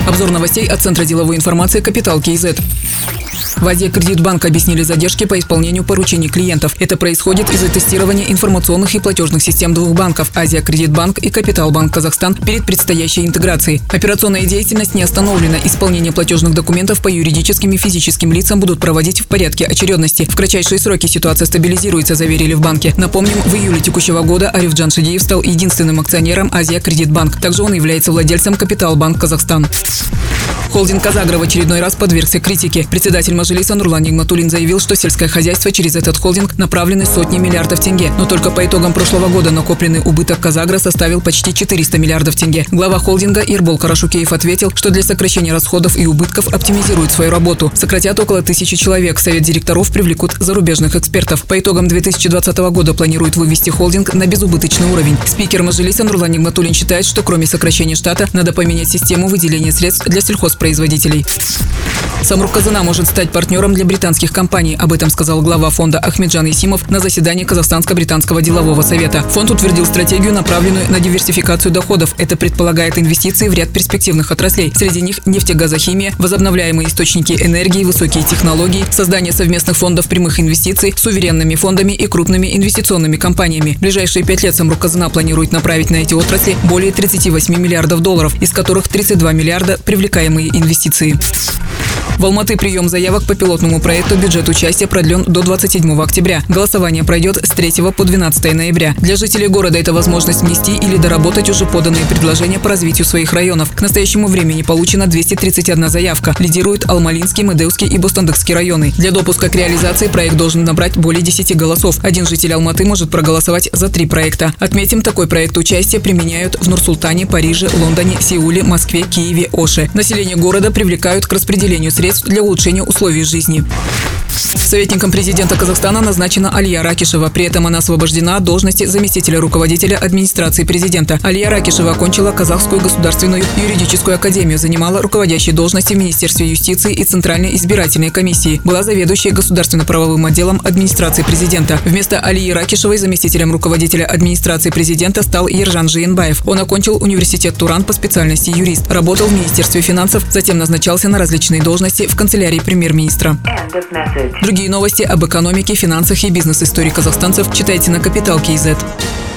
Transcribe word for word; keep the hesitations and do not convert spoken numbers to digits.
Обзор новостей от Центра деловой информации «Капитал КИЗ». В Азиакредитбанк объяснили задержки по исполнению поручений клиентов. Это происходит из-за тестирования информационных и платежных систем двух банков – Азиакредитбанк и Капиталбанк Казахстан перед предстоящей интеграцией. Операционная деятельность не остановлена. Исполнение платежных документов по юридическим и физическим лицам будут проводить в порядке очередности. В кратчайшие сроки ситуация стабилизируется, заверили в банке. Напомним, в июле текущего года Арифджан Шидиев стал единственным акционером Азиакредитбанк. Также он является владельцем Капиталбанк Казахстан. Холдинг «Казагро» в очередной раз подвергся критике. Председатель Мажилиса Нурлан Нигматуллин заявил, что сельское хозяйство через этот холдинг направлены сотни миллиардов тенге. Но только по итогам прошлого года накопленный убыток «Казагро» составил почти четыреста миллиардов тенге. Глава холдинга Ирбол Карашукеев ответил, что для сокращения расходов и убытков оптимизируют свою работу. Сократят около тысячи человек. В совет директоров привлекут зарубежных экспертов. По итогам две тысячи двадцатого года планируют вывести холдинг на безубыточный уровень. Спикер Мажилиса Нурлан Нигматуллин считает, что кроме сокращения штата надо поменять систему выделения средств для сельхозпроизводителей. Самрук-Казана может стать партнером для британских компаний. Об этом сказал глава фонда Ахмеджан Исимов на заседании Казахстанско-британского делового совета. Фонд утвердил стратегию, направленную на диверсификацию доходов. Это предполагает инвестиции в ряд перспективных отраслей. Среди них нефтегазохимия, возобновляемые источники энергии, высокие технологии, создание совместных фондов прямых инвестиций, суверенными фондами и крупными инвестиционными компаниями. В ближайшие пять лет Самрук-Казана планирует направить на эти отрасли более тридцати восьми миллиардов долларов, из которых тридцать два миллиарда – привлекаемые инвестиции. В Алматы прием заявок по пилотному проекту «Бюджет участия» продлен до двадцать седьмого октября. Голосование пройдет с третьего по двенадцатое ноября. Для жителей города это возможность внести или доработать уже поданные предложения по развитию своих районов. К настоящему времени получено двести тридцать одна заявка. Лидируют Алмалинский, Медеуский и Бостандыкский районы. Для допуска к реализации проект должен набрать более десяти голосов. Один житель Алматы может проголосовать за три проекта. Отметим, такой проект участия применяют в Нур-Султане, Париже, Лондоне, Сеуле, Москве, Киеве, Оше. Население города привлекают к распределению средств для улучшения условий жизни. Советником президента Казахстана назначена Алия Ракишева. При этом она освобождена от должности заместителя руководителя администрации президента. Алия Ракишева окончила Казахскую государственную юридическую академию, занимала руководящие должности в Министерстве юстиции и Центральной избирательной комиссии. Была заведующей государственно-правовым отделом администрации президента. Вместо Алии Ракишевой заместителем руководителя администрации президента стал Ержан Жиенбаев. Он окончил университет Туран по специальности юрист. Работал в Министерстве финансов, затем назначался на различные должности в канцелярии премьер-министра. Другие новости об экономике, финансах и бизнес-истории казахстанцев читайте на Капитал КИЗ.